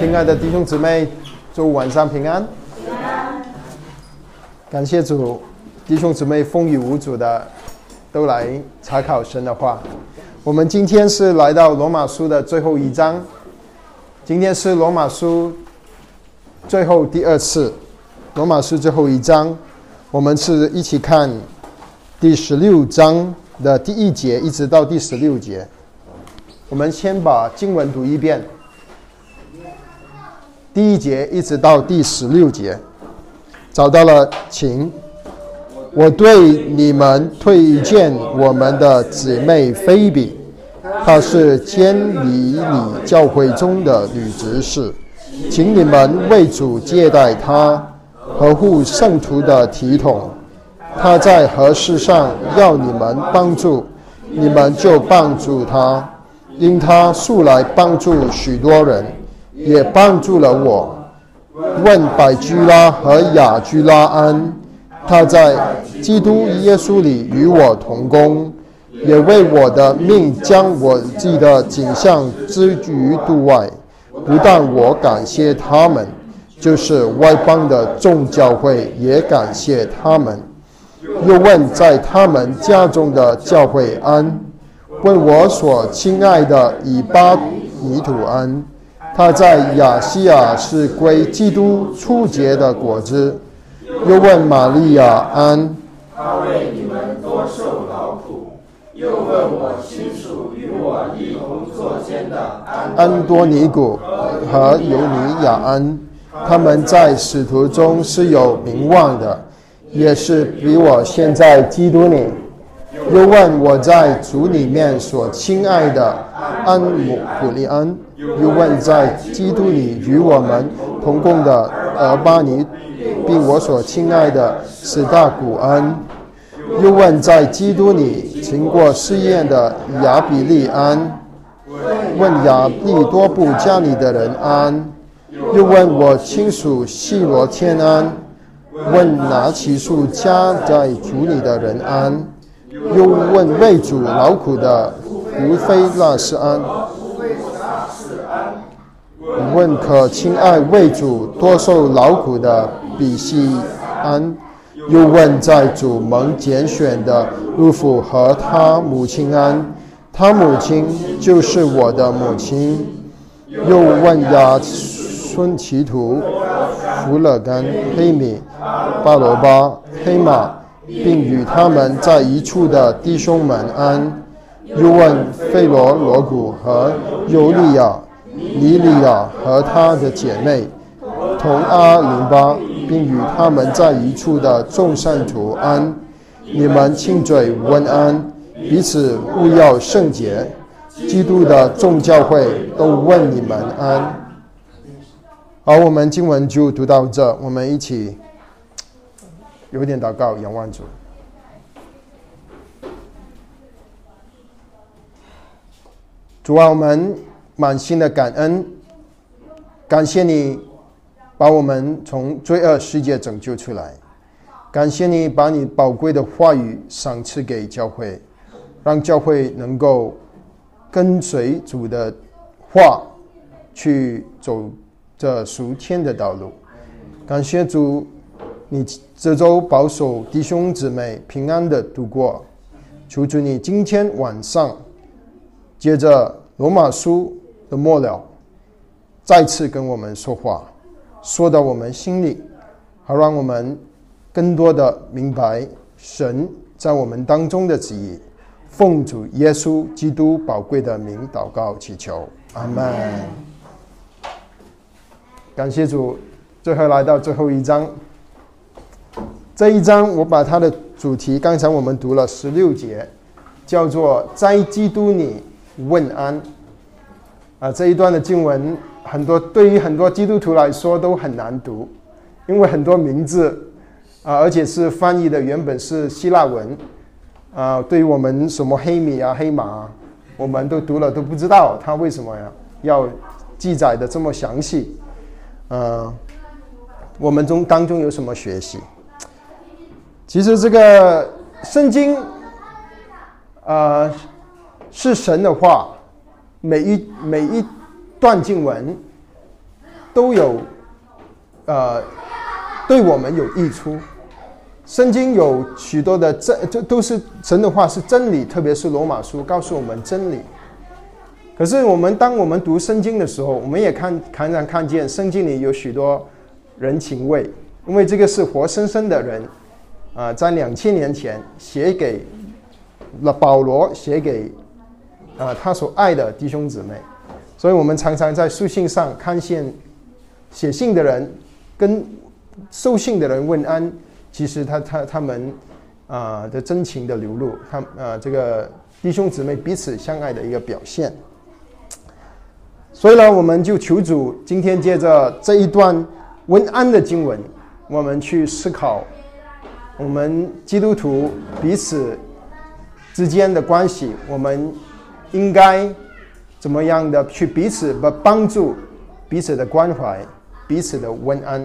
亲爱的弟兄姊妹，祝晚上平安。感谢主，弟兄姊妹风雨无阻的都来查考神的话。我们今天是来到罗马书的最后一章，今天是罗马书最后第二次，罗马书最后一章，我们是一起看第16章的第1节一直到第16节。我们先把经文读一遍，第1节一直到第16节。找到了，请。我对你们推荐我们的姊妹菲比，她是监理里教会中的女执事，请你们为主接待她，合乎圣徒的体统。她在何事上要你们帮助，你们就帮助她，因她素来帮助许多人，也帮助了我。问百居拉和雅居拉安，他在基督耶稣里与我同工，也为我的命将我自己的景象置于度外。不但我感谢他们，就是外邦的众教会也感谢他们。又问在他们家中的教会安，问我所亲爱的以巴尼土安，他在亚细亚是归基督初结的果子。又问玛利亚安， 他为你们多受劳苦。又问我亲属与我一同作监的安多尼古和尤尼亚安，他们在使徒中是有名望的，也是比我现在基督里。又问我在主里面所亲爱的安姆普利安，又问在基督里与我们同工的俄巴尼，并我所亲爱的史大古安。又问在基督里经过试验的亚比利安，问亚利多布家里的人安。又问我亲属西罗天安，问拿其数家在主里的人安。又问为主劳苦的胡菲拉斯安，问可亲爱为主多受劳苦的比西安。又问在主蒙拣选的路夫和他母亲安，他母亲就是我的母亲。又问亚孙其图、弗勒甘、黑米、巴罗巴、黑马，并与他们在一处的弟兄们安。又问费罗罗古和尤利亚、尼利亚和他的姐妹同阿林巴，并与他们在一处的众圣徒安。你们亲嘴问安，彼此务要圣洁。基督的众教会都问你们安。好，我们经文就读到这，我们一起有点祷告，仰望主。主啊，我们满心的感恩，感谢你把我们从罪恶世界拯救出来，感谢你把你宝贵的话语赏赐给教会，让教会能够跟随主的话去走这属天的道路。感谢主，你这周保守弟兄姊妹平安的度过。求主你今天晚上接着罗马书的末了，再次跟我们说话，说到我们心里，好让我们更多的明白神在我们当中的旨意。奉主耶稣基督宝贵的名祷告祈求，阿们。感谢主，最后来到最后一章。这一章我把它的主题，刚才我们读了16节，叫做在基督里问安。这一段的经文对于很多基督徒来说都很难读，因为很多名字而且是翻译的原本是希腊文。对于我们什么黑米啊、黑马啊，我们都读了都不知道他为什么要记载的这么详细。我们当中有什么学习？其实这个圣经是神的话，每一段经文都有对我们有益处。圣经有许多的都是神的话是真理，特别是罗马书告诉我们真理。可是当我们读圣经的时候，我们也常常看见圣经里有许多人情味，因为这个是活生生的人在2000年前写给保罗写给他所爱的弟兄姊妹，所以我们常常在书信上看见写信的人跟收信的人问安，其实他们的真情的流露，这个弟兄姊妹彼此相爱的一个表现。所以呢，我们就求主今天借着这一段问安的经文，我们去思考我们基督徒彼此之间的关系，我们应该怎么样的去彼此的帮助，彼此的关怀，彼此的问安。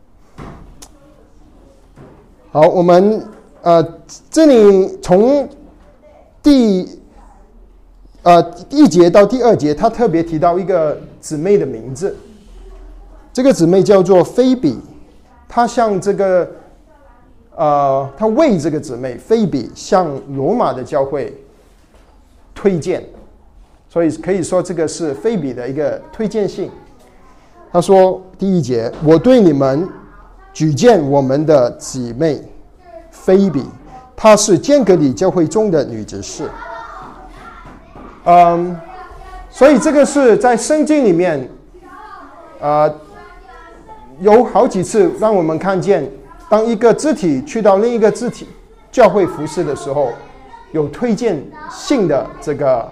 好，我们这里从第1节到第2节，他特别提到一个姊妹的名字，这个姊妹叫做菲比，他向这个他为这个姊妹菲比向罗马的教会推荐，所以可以说这个是菲比的一个推荐信。他说第1节，我对你们举荐我们的姊妹菲比，她是坚革哩教会中的女执事。所以这个是在圣经里面有好几次让我们看见，当一个肢体去到另一个肢体教会服事的时候，有推荐信的这个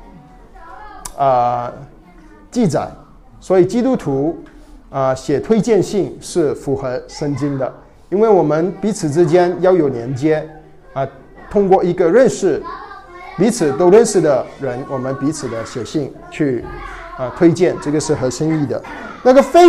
记载。所以基督徒写推荐信是符合圣经的，因为我们彼此之间要有连接通过一个认识彼此都认识的人，我们彼此的写信去推荐，这个是合圣意的。那个菲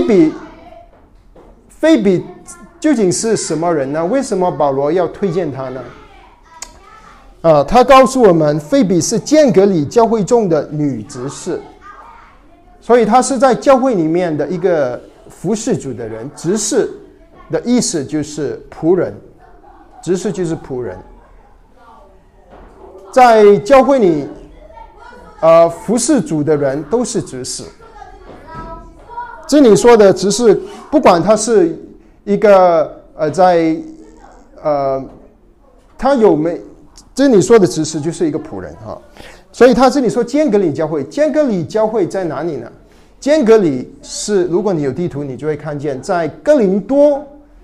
比究竟是什么人呢？为什么保罗要推荐他呢？他告诉我们，菲比是坚革哩教会中的女执事，所以她是在教会里面的一个服侍主的人。执事的意思就是仆人，执事就是仆人。在教会里服侍主的人都是执事。这里说的执事，不管他是一个他有没，这里说的执事就是一个仆人所以他这里说坚革哩教会，坚革哩教会在哪里呢？坚革哩是，如果你有地图，你就会看见在哥林多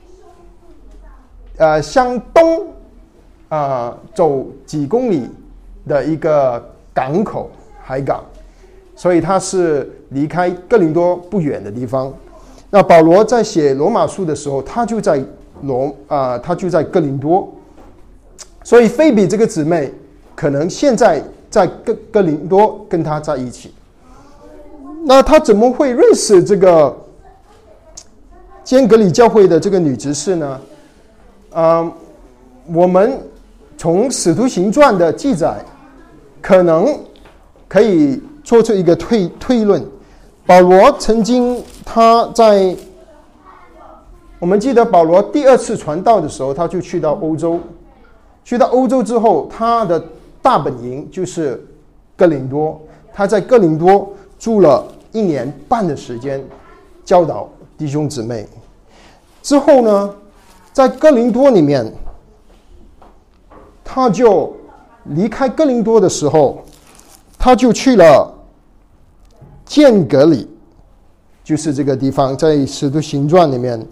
向东走几公里的一个港口海港，所以它是离开哥林多不远的地方。那保罗在写罗马书的时候，他就在哥林多，所以菲比这个姊妹可能现在在哥林多跟他在一起。那他怎么会认识这个坚革哩教会的这个女执事呢？我们从使徒行传的记载可能可以做出一个推论。保罗曾经我们记得保罗第2次传道的时候，他就去到欧洲，去到欧洲之后，他的大本营就是哥林多，他在哥林多住了1年半的时间，教导弟兄姊妹。之后呢，在哥林多里面，他就离开哥林多的时候，他就去了坚革哩，就是这个地方，在《使徒行传》里面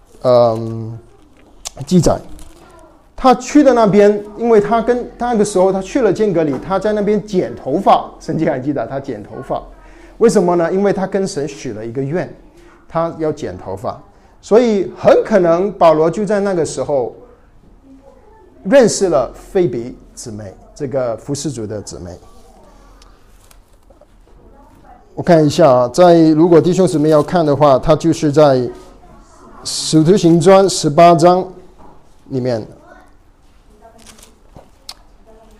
记载。他去的那边，因为他那个时候他去了坚革哩，他在那边剪头发，圣经还记得他剪头发。为什么呢？因为他跟神许了一个愿，他要剪头发，所以很可能保罗就在那个时候认识了菲比姊妹，这个服侍主的姊妹。我看一下如果弟兄姊妹要看的话，他就是在使徒行传18章里面。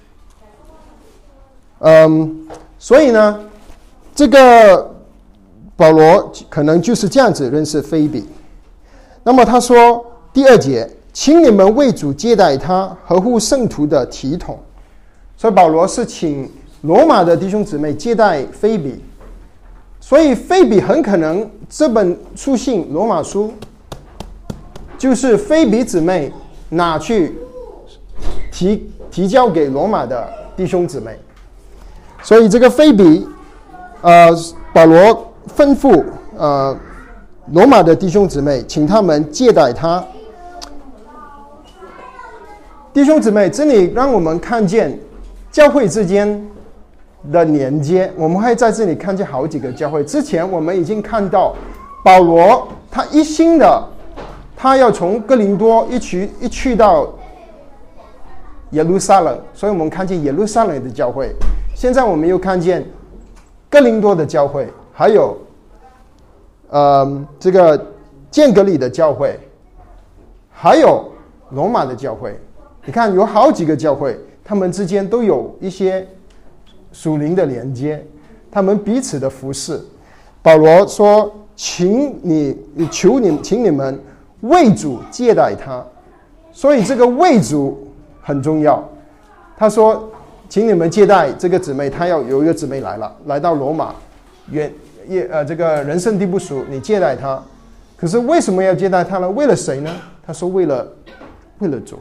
所以呢，这个保罗可能就是这样子认识菲比。那么他说第2节，请你们为主接待他，合乎圣徒的体统。所以保罗是请罗马的弟兄姊妹接待菲比，所以菲比很可能这本书信罗马书就是菲比姊妹拿去提交给罗马的弟兄姊妹。所以这个菲比保罗吩咐罗马的弟兄姊妹，请他们接待他。弟兄姊妹，这里让我们看见教会之间的连接。我们会在这里看见好几个教会。之前我们已经看到保罗他一心的，他要从哥林多一去到耶路撒冷，所以我们看见耶路撒冷的教会。现在我们又看见哥林多的教会，还有这个间隔里的教会，还有罗马的教会。你看有好几个教会，他们之间都有一些属灵的连接，他们彼此的服侍。保罗说请你们为主接待他，所以这个为主很重要。他说请你们接待这个姊妹，他要有一个姊妹来到罗马，这个人生地不熟，你接待他。可是为什么要接待他呢？为了谁呢？他说为了主。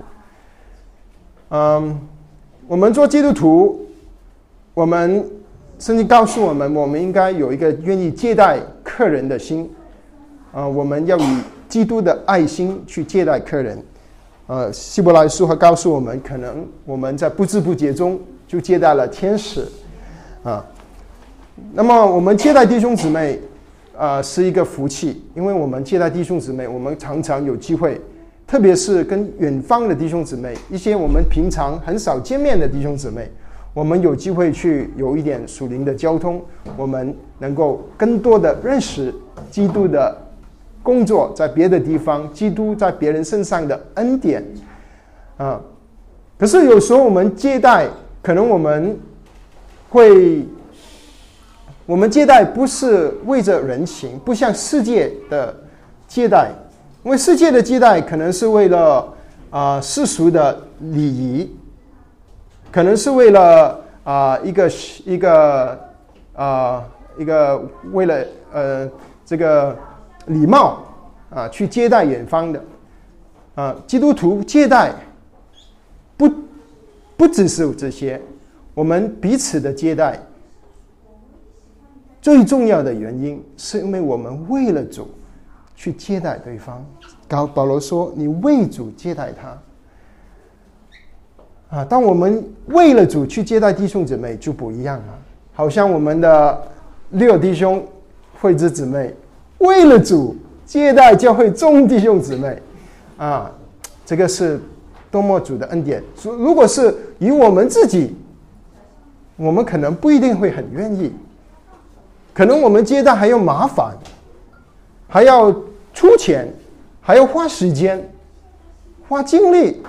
我们做基督徒，我们圣经告诉我们，我们应该有一个愿意接待客人的心。我们要以基督的爱心去接待客人。希伯来书还告诉我们，可能我们在不知不觉中就接待了天使。那么我们接待弟兄姊妹是一个福气，因为我们接待弟兄姊妹，我们常常有机会，特别是跟远方的弟兄姊妹，一些我们平常很少见面的弟兄姊妹，我们有机会去有一点属灵的交通，我们能够更多的认识基督的工作在别的地方，基督在别人身上的恩典。可是有时候我们接待，可能我们接待不是为着人情，不像世界的接待，因为世界的接待可能是为了世俗的礼仪，可能是为了一个为了这个礼貌去接待远方的。基督徒接待不只是这些，我们彼此的接待最重要的原因是因为我们为了主去接待对方。保罗说你为主接待他。当我们为了主去接待弟兄姊妹就不一样了，好像我们的六弟兄会之姊妹为了主接待教会众弟兄姊妹这个是多么主的恩典。如果是以我们自己，我们可能不一定会很愿意，可能我们接待还要麻烦，还要出钱，还要花时间花精力，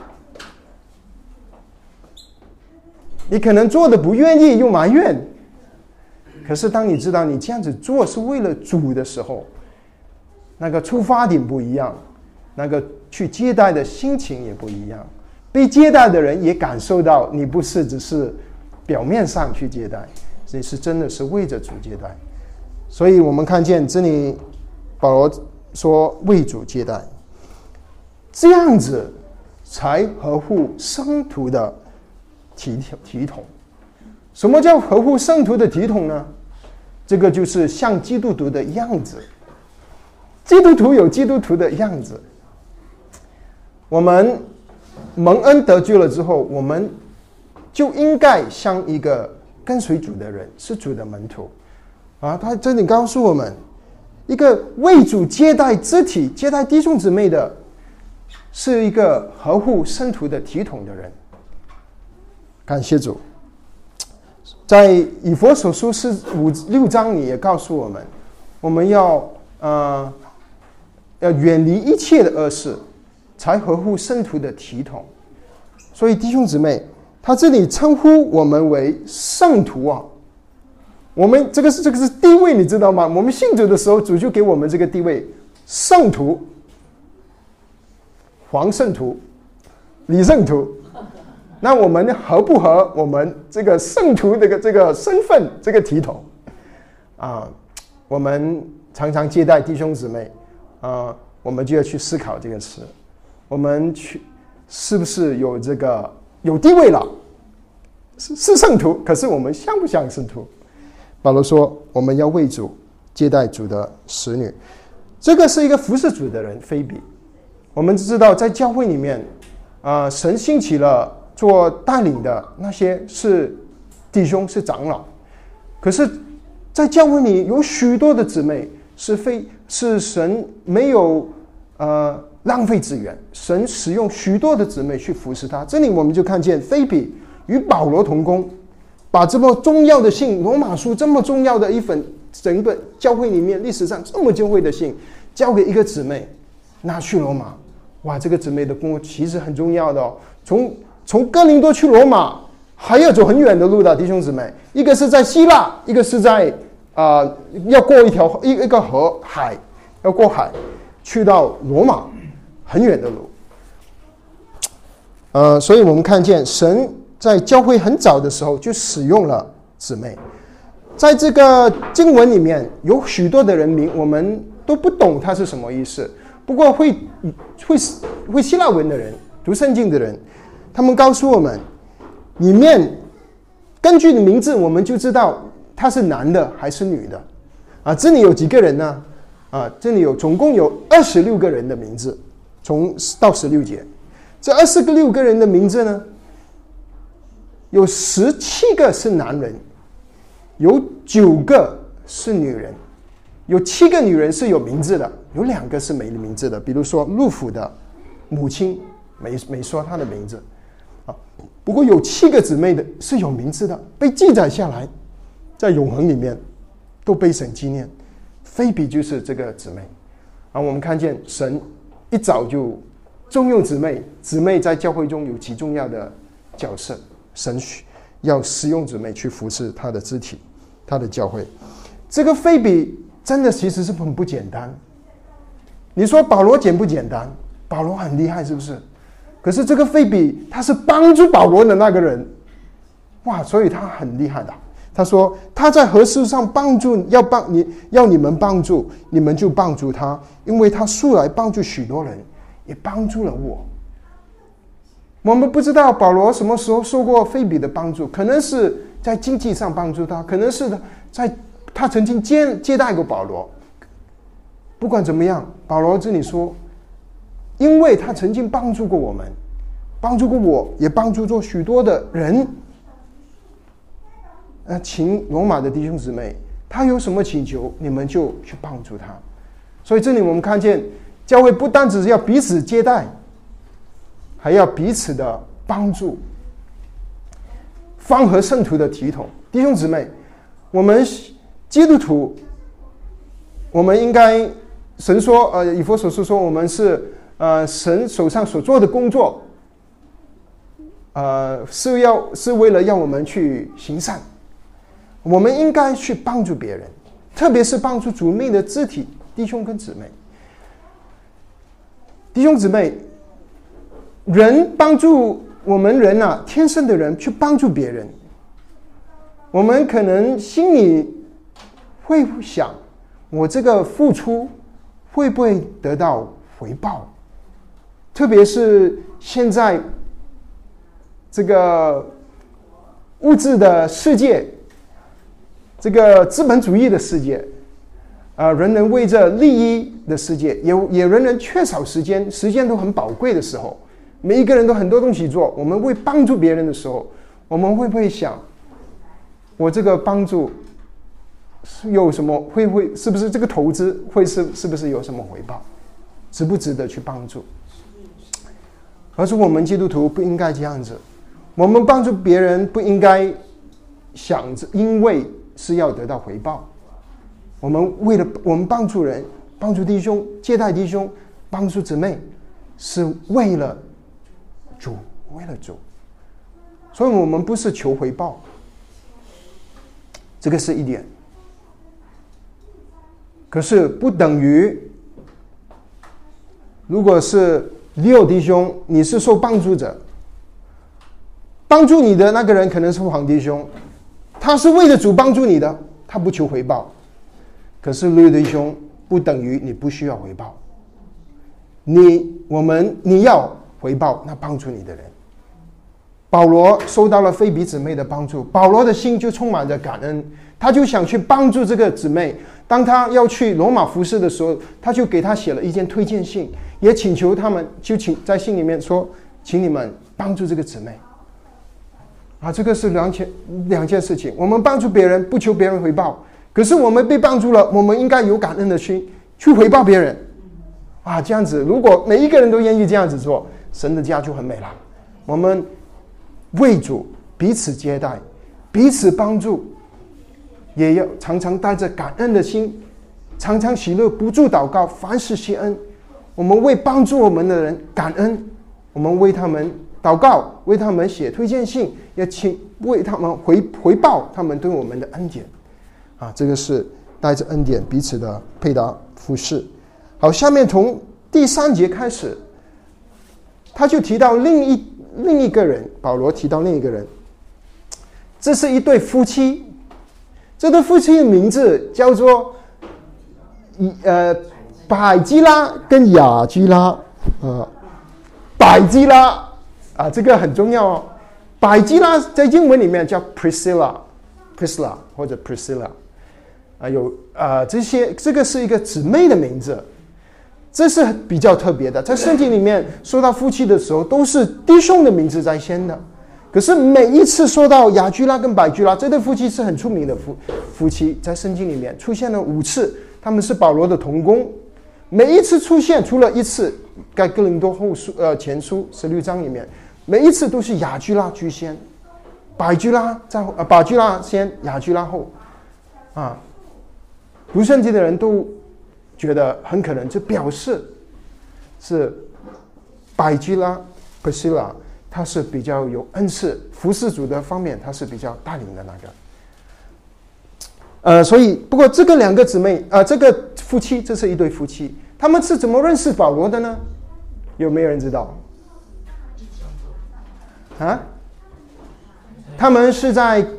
你可能做的不愿意又埋怨。可是当你知道你这样子做是为了主的时候，那个出发点不一样，那个去接待的心情也不一样，被接待的人也感受到你不是只是表面上去接待，你是真的是为着主接待。所以我们看见这里保罗说为主接待，这样子才合乎圣徒的体统。什么叫合乎圣徒的体统呢？这个就是像基督徒的样子。基督徒有基督徒的样子。我们蒙恩得救了之后，我们就应该像一个跟随主的人，是主的门徒他这里告诉我们，一个为主接待肢体、接待弟兄姊妹的，是一个合乎圣徒的体统的人。感谢主。在以弗所书6章里也告诉我们，我们要远离一切的恶事，才合乎圣徒的体统。所以弟兄姊妹，他这里称呼我们为圣徒我们这个是地位，你知道吗？我们信主的时候，主就给我们这个地位：圣徒、黄圣徒、李圣徒。那我们合不合我们这个圣徒这个身份这个体统啊？我们常常接待弟兄姊妹啊，我们就要去思考这个词：我们是不是有这个有地位了？是圣徒，可是我们像不像圣徒？保罗说，我们要为主接待主的使女。这个是一个服侍主的人，菲比。我们知道，在教会里面，神兴起了做带领的那些是弟兄，是长老。可是，在教会里有许多的姊妹是神没有浪费资源，神使用许多的姊妹去服侍他。这里我们就看见菲比与保罗同工，把这么重要的信，罗马书这么重要的一本，整本教会里面历史上这么珍贵的信，交给一个姊妹拿去罗马。哇，这个姊妹的工作其实很重要的哦。从哥林多去罗马还要走很远的路的，弟兄姊妹，一个是在希腊，一个是在要过一个河海，要过海去到罗马，很远的路。所以我们看见神在教会很早的时候就使用了姊妹。在这个经文里面有许多的人名，我们都不懂它是什么意思。不过会希腊文的人，读圣经的人，他们告诉我们，里面根据你名字，我们就知道他是男的还是女的。这里有几个人呢？这里总共有26个人的名字，从到16节。这26个人的名字呢，有17个是男人，有9个是女人，有7个女人是有名字的，有2个是没名字的。比如说路甫的母亲没说她的名字。不过有7个姊妹的是有名字的，被记载下来，在永恒里面都被神纪念。菲比就是这个姊妹。我们看见神一早就重用姊妹，姊妹在教会中有极重要的角色，神要使用姊妹去服侍他的肢体，他的教会。这个菲比真的其实是很不简单。你说保罗简不简单？保罗很厉害，是不是？可是这个菲比他是帮助保罗的那个人，哇，所以他很厉害的。他说他在何事上帮助，要你们帮助，你们就帮助他，因为他素来帮助许多人，也帮助了我。我们不知道保罗什么时候受过菲比的帮助，可能是在经济上帮助他，可能是在他曾经接待过保罗。不管怎么样，保罗这里说，因为他曾经帮助过我们，帮助过我，也帮助过许多的人。请罗马的弟兄姊妹，他有什么请求，你们就去帮助他。所以这里我们看见，教会不单只是要彼此接待，还要彼此的帮助，方合圣徒的体统。弟兄姊妹，我们基督徒，我们应该，神说，以弗所书说，我们是神手上所做的工作，是为了要我们去行善。我们应该去帮助别人，特别是帮助主内的肢体弟兄跟姊妹。弟兄姊妹，人帮助我们人天生的人去帮助别人，我们可能心里会想，我这个付出会不会得到回报？特别是现在这个物质的世界，这个资本主义的世界，人人为着利益的世界，也人人缺少时间都很宝贵的时候，每一个人都很多东西做，我们为帮助别人的时候，我们会不会想，我这个帮助有什么是不是这个投资是不是有什么回报，值不值得去帮助？而是我们基督徒不应该这样子，我们帮助别人不应该想着因为是要得到回报。我们帮助人，帮助弟兄，接待弟兄，帮助姊妹，是为了主，所以我们不是求回报。 这个是一点。可是不等于，如果是6弟兄，你是受帮助者，帮助你的那个人可能是黄弟兄，他是为了主帮助你的，他不求回报。可是6弟兄不等于你不需要回报，你要回报那帮助你的人。保罗收到了菲比姊妹的帮助，保罗的心就充满着感恩，他就想去帮助这个姊妹。当他要去罗马服侍的时候，他就给他写了一件推荐信，也请求他们，在信里面说，请你们帮助这个姊妹。这个是两件事情。我们帮助别人不求别人回报，可是我们被帮助了，我们应该有感恩的心去回报别人。这样子，如果每一个人都愿意这样子做，神的家就很美了。我们为主彼此接待，彼此帮助，也要常常带着感恩的心，常常喜乐，不住祷告，凡事谢恩。我们为帮助我们的人感恩，我们为他们祷告，为他们写推荐信，也为他们回报他们对我们的恩典。这个是带着恩典彼此的配搭服侍。好，下面从第3节开始，他就提到另一个人，保罗提到另一个人，这是一对夫妻。这对夫妻的名字叫做百基拉跟雅基拉。百基拉这个很重要哦。百基拉在英文里面叫 Priscilla 或者 Priscilla。这个是一个姊妹的名字，这是比较特别的。在圣经里面说到夫妻的时候，都是弟兄的名字在先的。可是每一次说到雅居拉跟百居拉，这对夫妻是很出名的夫妻，在圣经里面出现了5次，他们是保罗的同工。每一次出现，除了一次，在哥林多前书16章里面，每一次都是雅居拉居先，百居拉先，雅居拉后。读圣经的人都觉得很可能这表示是百基拉 Priscilla， 他是比较有恩赐，服侍主的方面他是比较带领的那个。所以不过这个2个姊妹这个夫妻，这是一对夫妻，他们是怎么认识保罗的呢？有没有人知道？他们是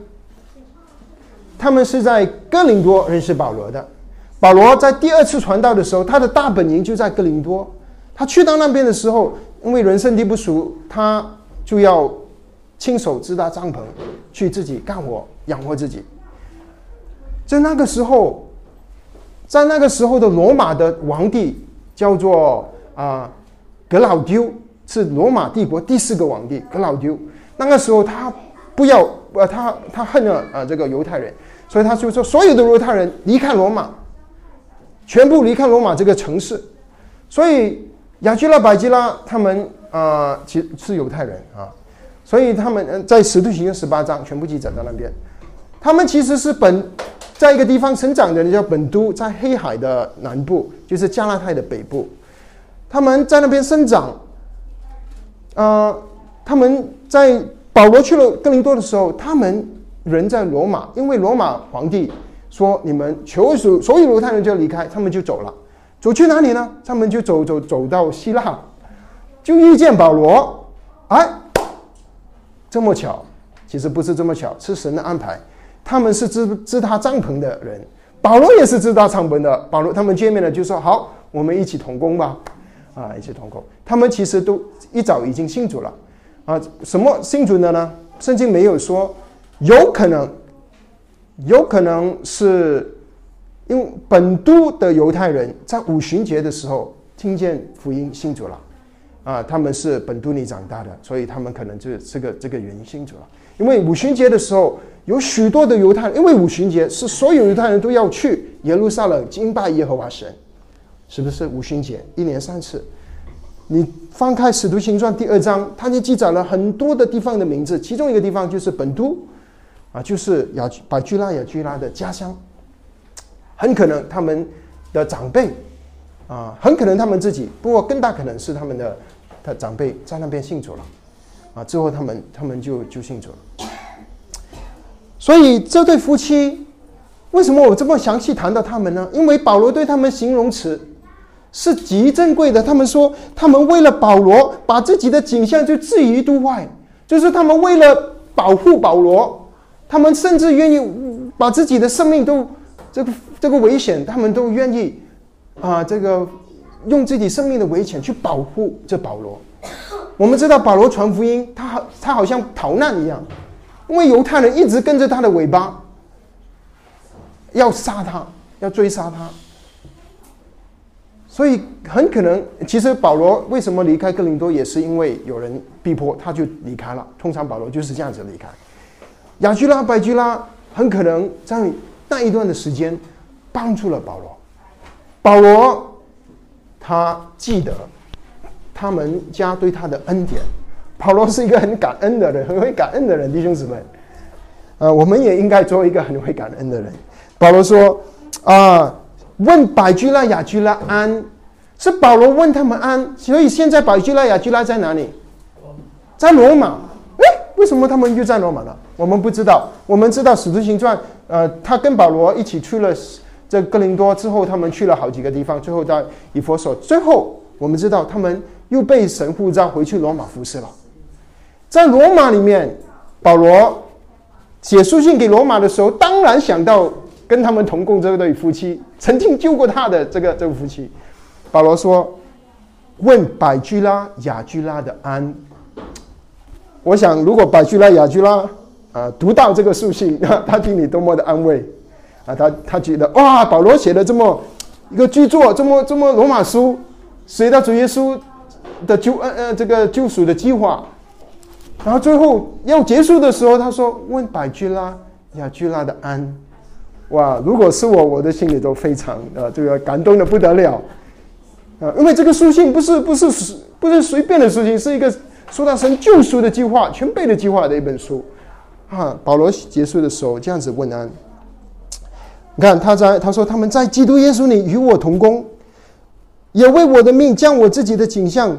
在哥林多认识保罗的。保罗在第2次传道的时候，他的大本营就在哥林多。他去到那边的时候，因为人生地不熟，他就要亲手支搭帐篷，去自己干活养活自己。在那个时候的罗马的皇帝叫做格老丢，是罗马帝国第4个皇帝格老丢。那个时候他恨了这个犹太人，所以他就说所有的犹太人离开罗马，全部离开罗马这个城市。所以雅居拉、百基拉他们其实是犹太人所以他们在使徒行传18章全部记载在那边。他们其实是在一个地方生长的人叫本都，在黑海的南部，就是加拉太的北部。他们在那边生长。他们在保罗去了哥林多的时候，他们人在罗马，因为罗马皇帝说你们所有犹太人就要离开，他们就走了。走去哪里呢？他们就走到希腊，就遇见保罗。这么巧，其实不是这么巧，是神的安排。他们是支搭帐篷的人，保罗也是支搭帐篷的。保罗他们见面了，就说好，我们一起同工吧。一起同工。他们其实都一早已经信主了。什么信主的呢？圣经没有说，有可能是因为本都的犹太人在五旬节的时候听见福音信主了。他们是本都里长大的，所以他们可能就是这个原因信主了。因为五旬节的时候有许多的犹太人，因为五旬节是所有犹太人都要去耶路撒冷敬拜耶和华神，是不是？五旬节1年3次。你翻开使徒行传第2章，它就记载了很多的地方的名字，其中一个地方就是本都就是百居拉、雅居拉的家乡。很可能他们的长辈很可能他们自己，不过更大可能是他们的长辈在那边信主了之后他们就信主了。所以这对夫妻为什么我这么详细谈到他们呢？因为保罗对他们形容词是极珍贵的。他们说，他们为了保罗，把自己的景象就置于度外，就是他们为了保护保罗，他们甚至愿意把自己的生命都这个危险，他们都愿意用自己生命的危险去保护这保罗。我们知道保罗传福音，他好像逃难一样，因为犹太人一直跟着他的尾巴，要杀他，要追杀他。所以很可能，其实保罗为什么离开哥林多，也是因为有人逼迫，他就离开了。通常保罗就是这样子离开。亚居拉、百居拉很可能在那一段的时间帮助了保罗。保罗他记得他们家对他的恩典。保罗是一个很感恩的人，很会感恩的人，弟兄姊妹。我们也应该做一个很会感恩的人。保罗说问百居拉、雅居拉安，是保罗问他们安。所以现在百居拉、雅居拉在哪里？在罗马。为什么他们又在罗马呢？我们不知道。我们知道使徒行传，他跟保罗一起去了这哥林多之后，他们去了好几个地方，最后到以弗所，最后我们知道他们又被神呼召回去罗马服事了。在罗马里面，保罗写书信给罗马的时候，当然想到跟他们同共这对夫妻，曾经救过他的这个夫妻。保罗说：“问百居拉、雅居拉的安。”我想，如果百居拉、雅居拉读到这个书信，他心里多么的安慰他觉得哇，保罗写的这么一个巨作，这么罗马书，写到主耶稣的这个救赎的计划。然后最后要结束的时候，他说：“问百居拉、雅居拉的安。”哇！如果是我的心里都非常这个感动的不得了因为这个书信不是随便的书信，是一个说到神救赎的计划、全备的计划的一本书保罗结束的时候这样子问安。你看他说他们在基督耶稣里与我同工，也为我的命将我自己的景象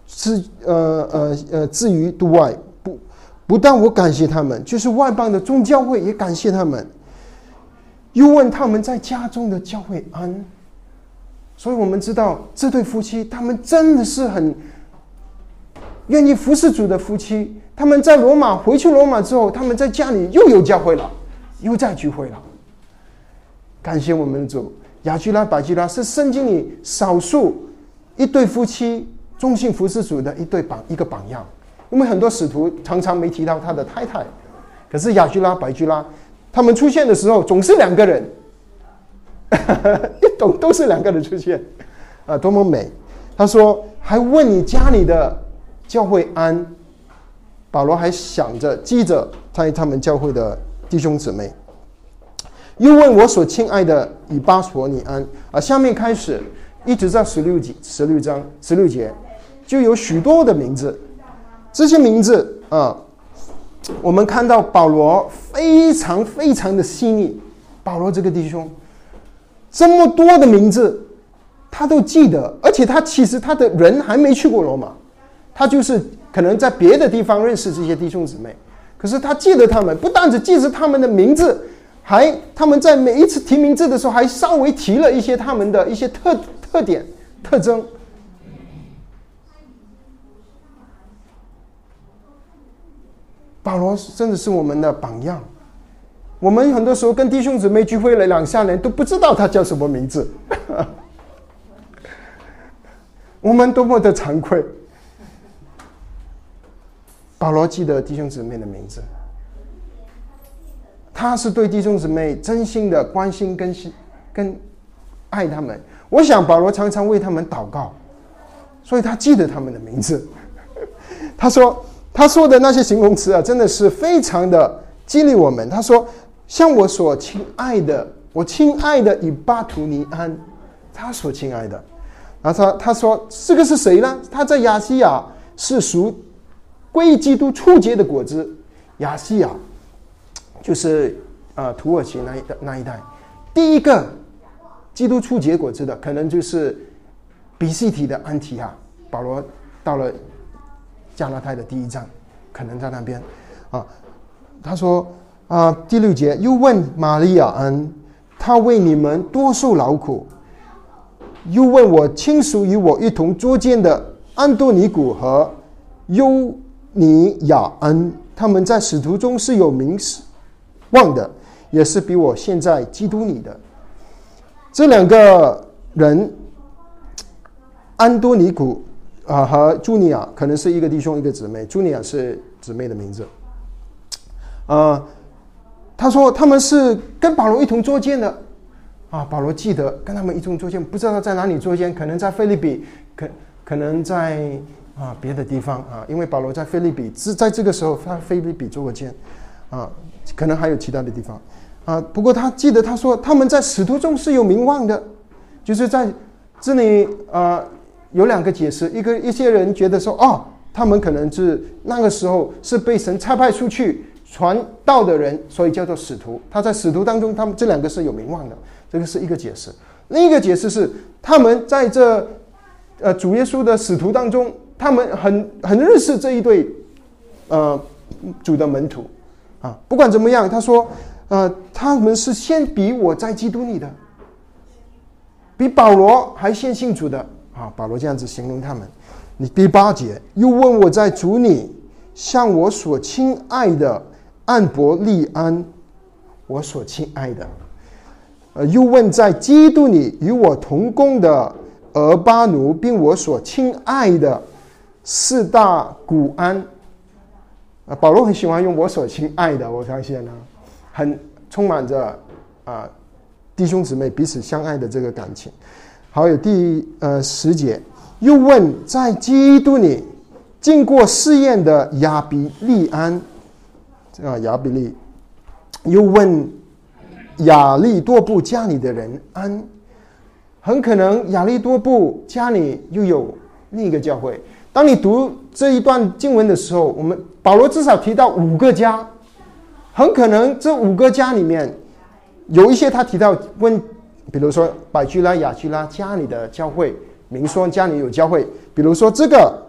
置于度外。不但我感谢他们，就是外邦的众教会也感谢他们。又问他们在家中的教会安。所以我们知道这对夫妻，他们真的是很愿意服侍主的夫妻。他们在罗马回去罗马之后，他们在家里又有教会了，又在聚会了。感谢我们的主。雅居拉、百居拉是圣经里少数一对夫妻忠心服侍主的一个榜样。因为很多使徒常常没提到他的太太，可是雅居拉、百居拉他们出现的时候总是两个人都是两个人出现多么美。他说还问你家里的教会安。保罗还想着记着在他们教会的弟兄姊妹。又问我所亲爱的以巴所你安。下面开始一直到16节就有许多的名字。这些名字我们看到保罗非常非常的细腻。保罗这个弟兄这么多的名字他都记得，而且其实他的人还没去过罗马，他就是可能在别的地方认识这些弟兄姊妹，可是他记得他们，不但只记得他们的名字，他们在每一次提名字的时候还稍微提了一些他们的一些特点特征。保罗真的是我们的榜样。我们很多时候跟弟兄姊妹聚会了2-3年都不知道他叫什么名字我们多么的惭愧。保罗记得弟兄姊妹的名字，他是对弟兄姊妹真心的关心跟爱他们。我想保罗常常为他们祷告，所以他记得他们的名字他说的那些形容词真的是非常的激励我们。他说像我所亲爱的，我亲爱的以巴图尼安，他所亲爱的。然后他说这个是谁呢？他在亚细亚是属归基督初结的果子。亚细亚就是土耳其那一带第一个基督初结果子的，可能就是比西提的安提亚。保罗到了加拉太的第一站，可能在那边他说第6节又问玛利亚安， 他为你们多受劳苦。又问我亲属与我一同作监的安多尼古和优尼雅恩，他们在使徒中是有名望的，也是比我现在基督里的。这两个人，安多尼古和朱尼亚可能是一个弟兄一个姊妹，朱尼亚是姊妹的名字。他说他们是跟保罗一同作监的保罗记得跟他们一同作监，不知道在哪里作监，可能在腓立比，可能在别的地方因为保罗在腓立比，在这个时候他腓立比做过监可能还有其他的地方不过他记得他说他们在使徒中是有名望的，就是在这里有两个解释，一些人觉得说他们可能是那个时候是被神差派出去传道的人，所以叫做使徒。他在使徒当中，他们这两个是有名望的，这个是一个解释。另一个解释是，他们在这主耶稣的使徒当中，他们很认识这一对主的门徒不管怎么样，他说他们是先比我在基督里的，比保罗还先信主的保罗这样子形容他们。第8节，又问我在主里向我所亲爱的安伯利安，我所亲爱的又问在基督里与我同工的俄巴奴，并我所亲爱的四大古安保罗很喜欢用我所亲爱的，我相信很充满着弟兄姊妹彼此相爱的这个感情。好，有第10节，又问在基督里经过试验的亚比利安亚比利，又问亚利多布家里的人安。很可能亚利多布家里又有另一个教会。当你读这一段经文的时候，保罗至少提到5个家，很可能这5个家里面有一些他提到问，比如说百居拉、雅居拉家里的教会，明说家里有教会，比如说这个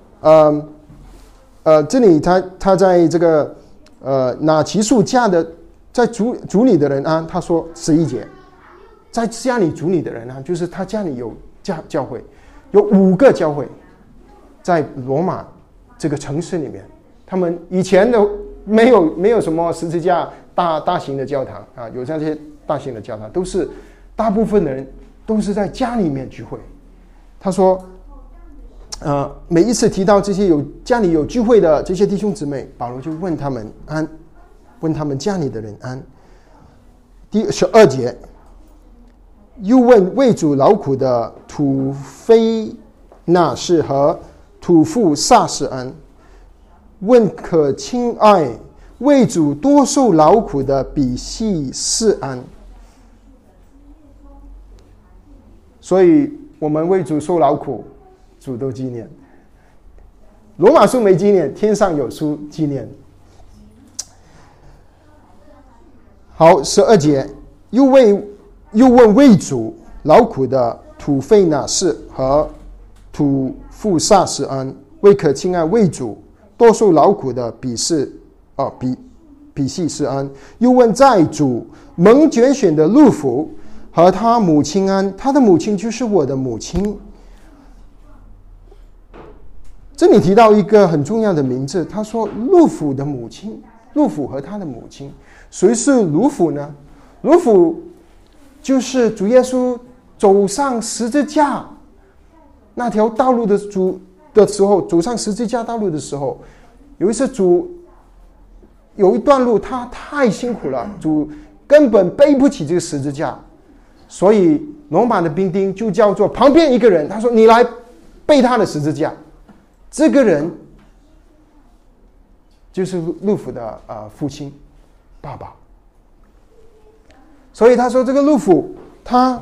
这里他在这个拿其数家的在主里的人他说11节，在家里主里的人就是他家里有教会，有5个教会在罗马这个城市里面。他们以前的没有什么十字架大型的教堂有这些大型的教堂，都是大部分的人都是在家里面聚会。他说每一次提到这些家里有聚会的这些弟兄姊妹，保罗就问他们安，问他们家里的人安。第12节，又问为主劳苦的土非那士和土父萨士安，问可亲爱为主多受劳苦的比西士安。所以我们为主受劳苦，主都纪念。罗马书没纪念，天上有书纪念。好，12节，又问为主劳苦的土非那士和土父萨士安，为可亲爱为主多受劳苦的比西士安。又问在主蒙拣选的路弗和他母亲安，他的母亲就是我的母亲。这里提到一个很重要的名字，他说路弗的母亲，路弗和他的母亲。谁是路弗呢？路弗就是主耶稣走上十字架那条道路的时候，走上十字架道路的时候，有一次有一段路他太辛苦了，主根本背不起这个十字架，所以罗马的兵丁就叫做旁边一个人，他说你来背他的十字架。这个人就是路弗的父亲爸爸。所以他说这个路弗他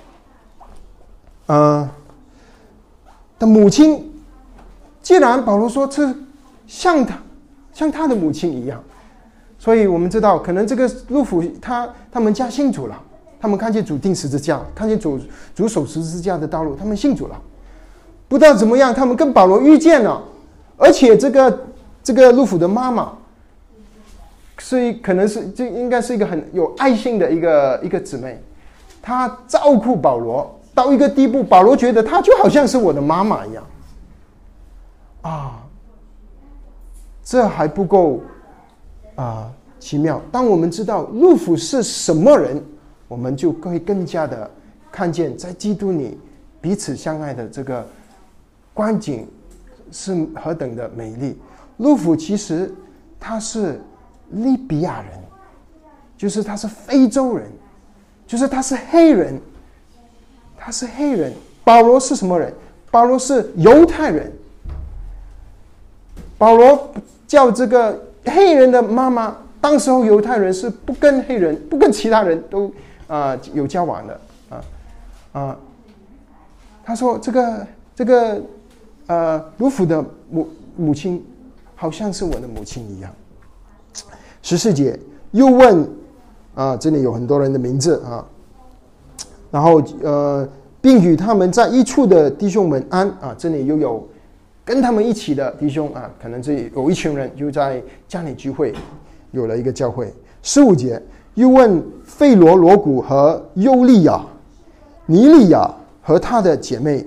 的母亲，既然保罗说这像他的母亲一样，所以我们知道可能这个路弗他们家信主了，他们看见主钉十字架，看见主守十字架的道路，他们信主了。不知道怎么样，他们跟保罗遇见了，而且这个路弗的妈妈可能是这应该是一个很有爱心的一个姊妹，她照顾保罗到一个地步，保罗觉得她就好像是我的妈妈一样啊。这还不够奇妙。当我们知道路甫是什么人，我们就会更加的看见在基督里彼此相爱的这个光景是何等的美丽。路甫其实他是利比亚人，就是他是非洲人，就是他是黑人，保罗是什么人？保罗是犹太人。保罗叫这个黑人的妈妈，当时候犹太人是不跟黑人不跟其他人都有交往的他说这个鲁甫的母亲好像是我的母亲一样。14节又问这里有很多人的名字然后并与他们在一处的弟兄们安这里又有跟他们一起的弟兄可能这里有一群人就在家里聚会，有了一个教会。15节又问费罗罗古和尤利亚、尼利亚和他的姐妹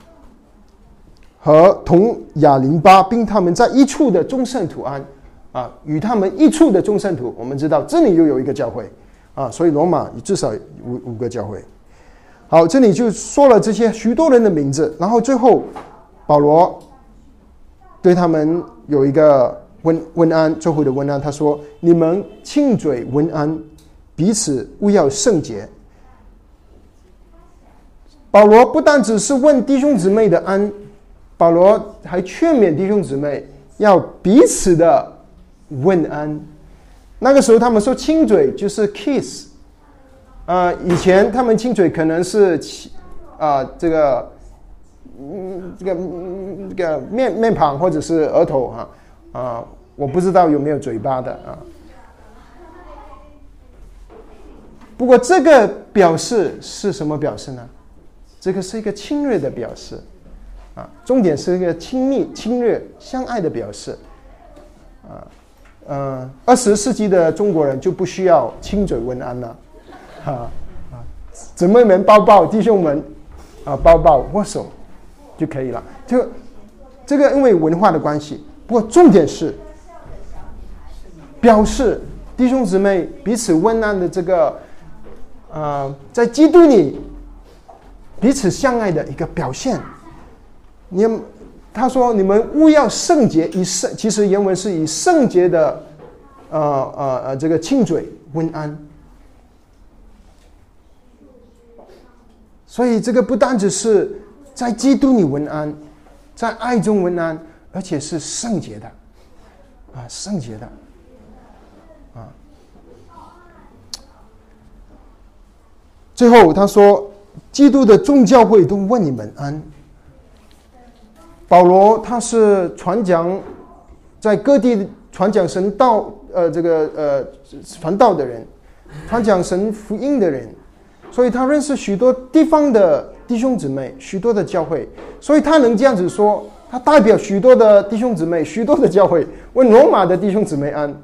和同亚林巴，并他们在一处的众圣徒安与他们一处的众圣徒，我们知道这里又有一个教会所以罗马至少五个教会。好，这里就说了这些许多人的名字，然后最后保罗对他们有一个问安，最后的问安，他说：“你们亲嘴问安，彼此勿要圣洁。”保罗不单只是问弟兄姊妹的安，保罗还劝勉弟兄姊妹要彼此的问安。那个时候他们说亲嘴就是 kiss，以前他们亲嘴可能是这个面庞或者是额头我不知道有没有嘴巴的不过这个表示是什么表示呢？这个是一个亲热的表示重点是一个亲密、亲热、相爱的表示20世纪的中国人就不需要亲嘴问安了姊妹们抱抱，弟兄们抱抱握手就可以了。这个因为文化的关系，不过重点是表示弟兄姊妹彼此问安的这个在基督里彼此相爱的一个表现。他说你们勿要圣洁，其实原文是以圣洁的这个亲嘴问安。所以这个不单只是在基督里问安，在爱中问安，而且是圣洁的圣洁的最后他说基督的众教会都问你们安。保罗他是传讲在各地传讲神道传道的人，传讲神福音的人，所以他认识许多地方的弟兄姊妹，许多的教会，所以他能这样子说，他代表许多的弟兄姊妹，许多的教会问罗马的弟兄姊妹安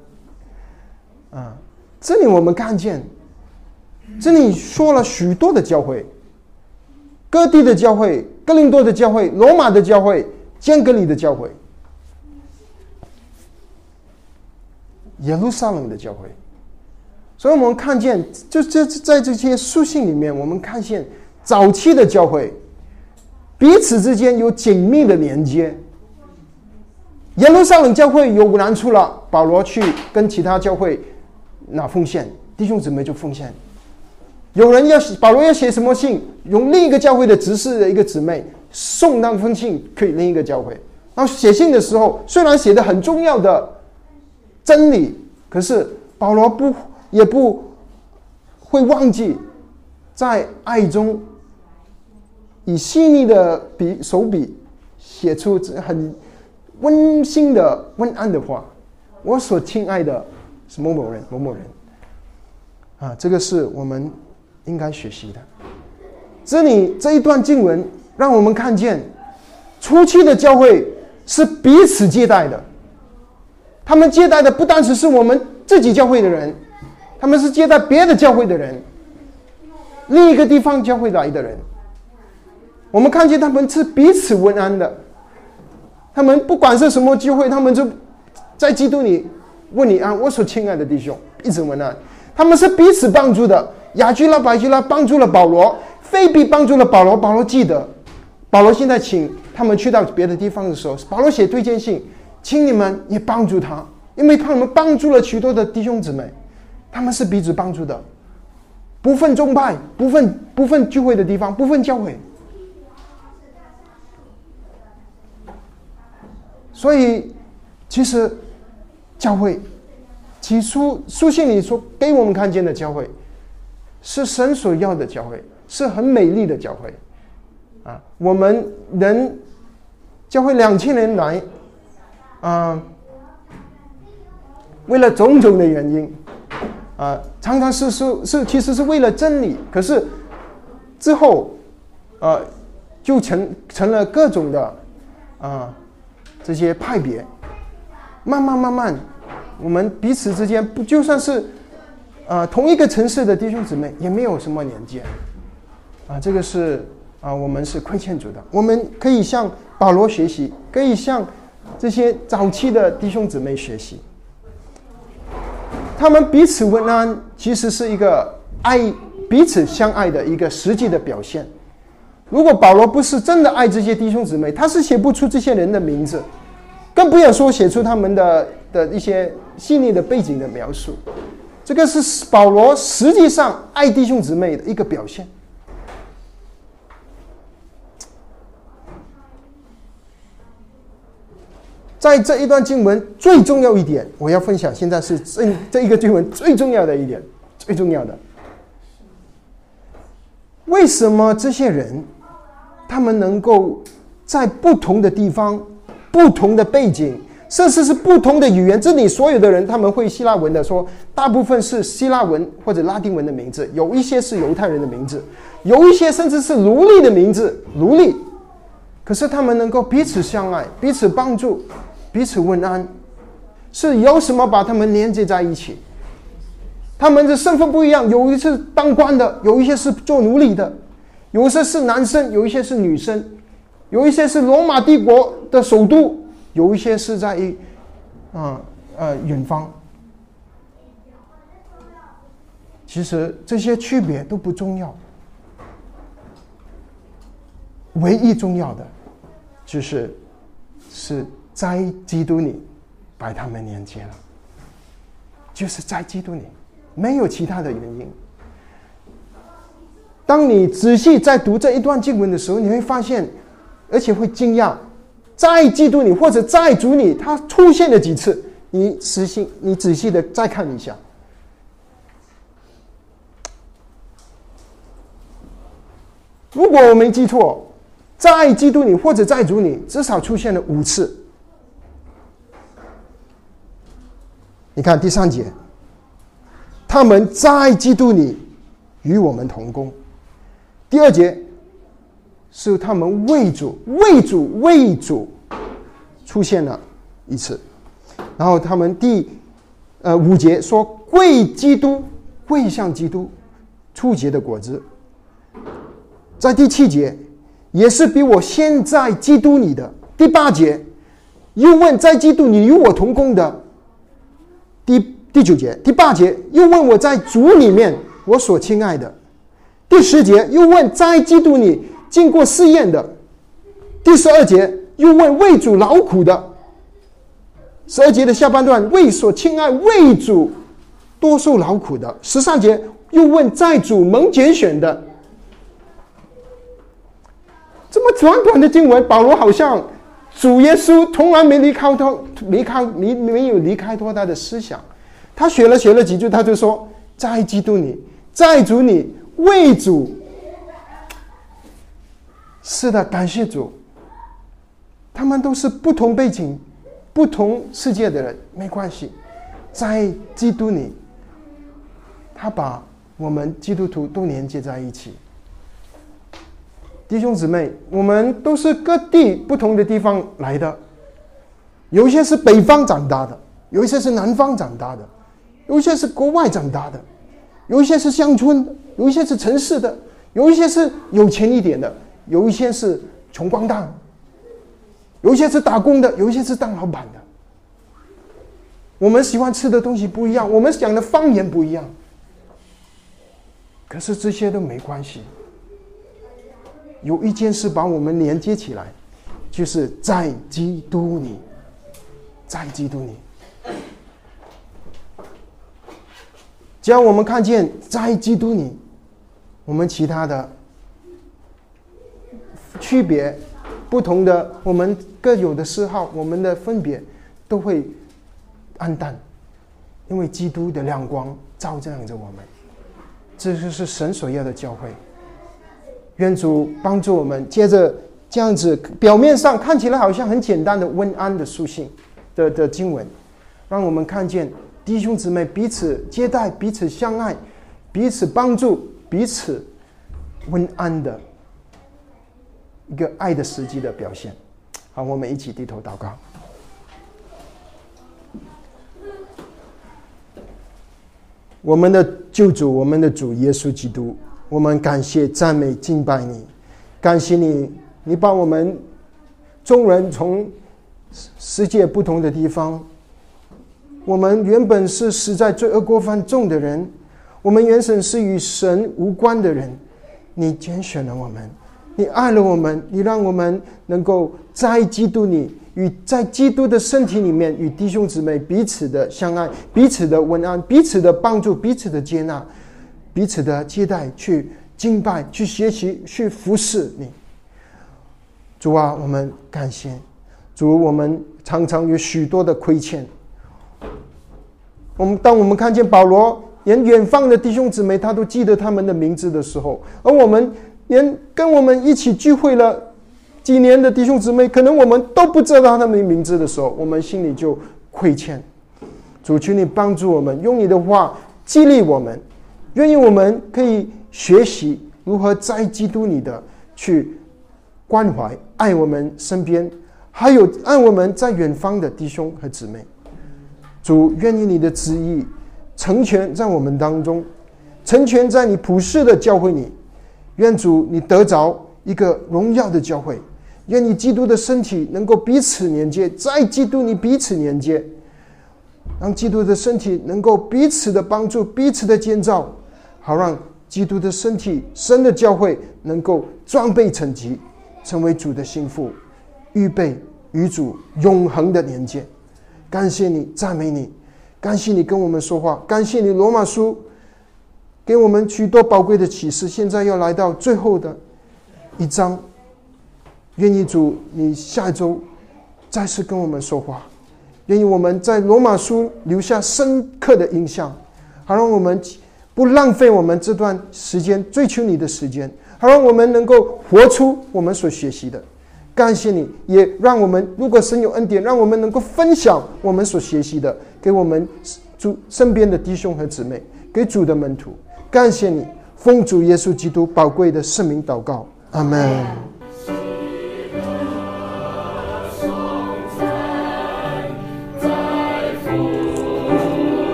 这里我们看见这里说了许多的教会，各地的教会，哥林多的教会，罗马的教会，坚革哩的教会，耶路撒冷的教会。所以我们看见在这些书信里面，我们看见早期的教会彼此之间有紧密的连接。耶路撒冷教会有难处了，保罗去跟其他教会拿奉献，弟兄姊妹就奉献。有人保罗要写什么信，用另一个教会的执事的一个姊妹送那封信给另一个教会。然后写信的时候，虽然写的很重要的真理，可是保罗也不会忘记在爱中以细腻的手笔写出很温馨的问安的话。我所亲爱的是某某人某某人这个是我们应该学习的。这一段经文让我们看见初期的教会是彼此接待的，他们接待的不单只是我们自己教会的人，他们是接待别的教会的人，另一个地方教会来的人。我们看见他们是彼此问安的，他们不管是什么机会，他们就在基督里问你安，我所亲爱的弟兄，一直问安。他们是彼此帮助的，雅居拉、百居拉帮助了保罗，腓比帮助了保罗，保罗记得，保罗现在请他们去到别的地方的时候，保罗写推荐信，请你们也帮助他，因为他们帮助了许多的弟兄姊妹，他们是彼此帮助的，不分宗派，不分聚会的地方，不分教会。所以其实教会起初书信里说给我们看见的教会是神所要的教会，是很美丽的教会啊！我们人教会2000年来为了种种的原因常常是其实是为了真理，可是之后就成了各种的这些派别，慢慢，我们彼此之间不就算是同一个城市的弟兄姊妹，也没有什么连接这个是我们是亏欠主的。我们可以向保罗学习，可以向这些早期的弟兄姊妹学习，他们彼此问安，其实是一个彼此相爱的一个实际的表现。如果保罗不是真的爱这些弟兄姊妹，他是写不出这些人的名字，更不要说写出他们的一些细腻的背景的描述。这个是保罗实际上爱弟兄姊妹的一个表现。在这一段经文最重要一点，我要分享，现在是这一个经文最重要的一点，最重要的。为什么这些人他们能够在不同的地方、不同的背景，甚至是不同的语言，这里所有的人他们会希腊文的说，大部分是希腊文或者拉丁文的名字，有一些是犹太人的名字，有一些甚至是奴隶的名字，奴隶。可是他们能够彼此相爱，彼此帮助，彼此问安，是有什么把他们连接在一起？他们的身份不一样，有一些是当官的，有一些是做奴隶的，有一些是男生，有一些是女生，有一些是罗马帝国的首都，有一些是在远方。其实这些区别都不重要，唯一重要的就是在基督里把他们连接了，就是在基督里，没有其他的原因。当你仔细在读这一段经文的时候，你会发现，而且会惊讶，在基督里或者在主里，它出现了几次。你仔细的再看一下，如果我没记错，在基督里或者在主里至少出现了5次。你看第3节，他们在基督里与我们同工。第2节是他们为主出现了1次。然后他们第5节说跪向基督初结的果子。在第7节也是比我先在基督里的。第8节又问在基督里与我同工的。第9节第8节又问我在主里面我所亲爱的。第10节又问在基督里经过试验的。第12节又问为主劳苦的。12节的下半段为所亲爱为主多受劳苦的。13节又问在主蒙拣选的。这么短的经文，保罗好像主耶稣从来没有离开脱他的思想。他写了几句，他就说在基督里，在主里，为主。是的，感谢主。他们都是不同背景、不同世界的人，没关系。在基督里，他把我们基督徒都连接在一起。弟兄姊妹，我们都是各地不同的地方来的，有一些是北方长大的，有一些是南方长大的， 有一些是国外长大的，有一些是乡村的，有一些是城市的，有一些是有钱一点的，有一些是穷光蛋，有一些是打工的，有一些是当老板的。我们喜欢吃的东西不一样，我们讲的方言不一样，可是这些都没关系。有一件事把我们连接起来，就是在基督里，在基督里。只要我们看见在基督里，我们其他的区别、不同的我们各有的嗜好、我们的分别都会暗淡，因为基督的亮光照亮着我们。这就是神所要的教会。愿主帮助我们，接着这样子表面上看起来好像很简单的问安的书信的经文，让我们看见弟兄姊妹彼此接待、彼此相爱、彼此帮助、彼此问安的一个爱的实际的表现。好，我们一起低头祷告。我们的救主，我们的主耶稣基督，我们感谢、赞美、敬拜你，感谢你，你把我们众人从世界不同的地方，我们原本是死在罪恶过犯重的人，我们原本是与神无关的人，你拣选了我们，你爱了我们，你让我们能够在基督里，与在基督的身体里面，与弟兄姊妹彼此的相爱，彼此的问安，彼此的帮助，彼此的接纳，彼此的接待，去敬拜，去学习，去服侍你。主啊，我们感谢主，我们常常有许多的亏欠。当我们看见保罗连远方的弟兄姊妹他都记得他们的名字的时候，而我们连跟我们一起聚会了几年的弟兄姊妹，可能我们都不知道他们的名字的时候，我们心里就亏欠。主，求你帮助我们，用你的话激励我们，愿意我们可以学习如何在基督里的去关怀、爱我们身边，还有爱我们在远方的弟兄和姊妹。主，愿意你的旨意成全在我们当中，成全在你普世的教会里。愿主你得着一个荣耀的教会，愿你基督的身体能够彼此连接，在基督里彼此连接，让基督的身体能够彼此的帮助，彼此的建造，好让基督的身体神的教会能够装备成级，成为主的心腹，预备与主永恒的连接。感谢你，赞美你，感谢你跟我们说话，感谢你罗马书给我们许多宝贵的启示。现在要来到最后的一章，愿意主你下一周再次跟我们说话，愿意我们在罗马书留下深刻的印象，好让我们不浪费我们这段时间追求你的时间，好让我们能够活出我们所学习的。感谢你，也让我们如果神有恩典，让我们能够分享我们所学习的给我们主身边的弟兄和姊妹，给主的门徒。感谢你，奉主耶稣基督宝贵的圣名祷告，阿们。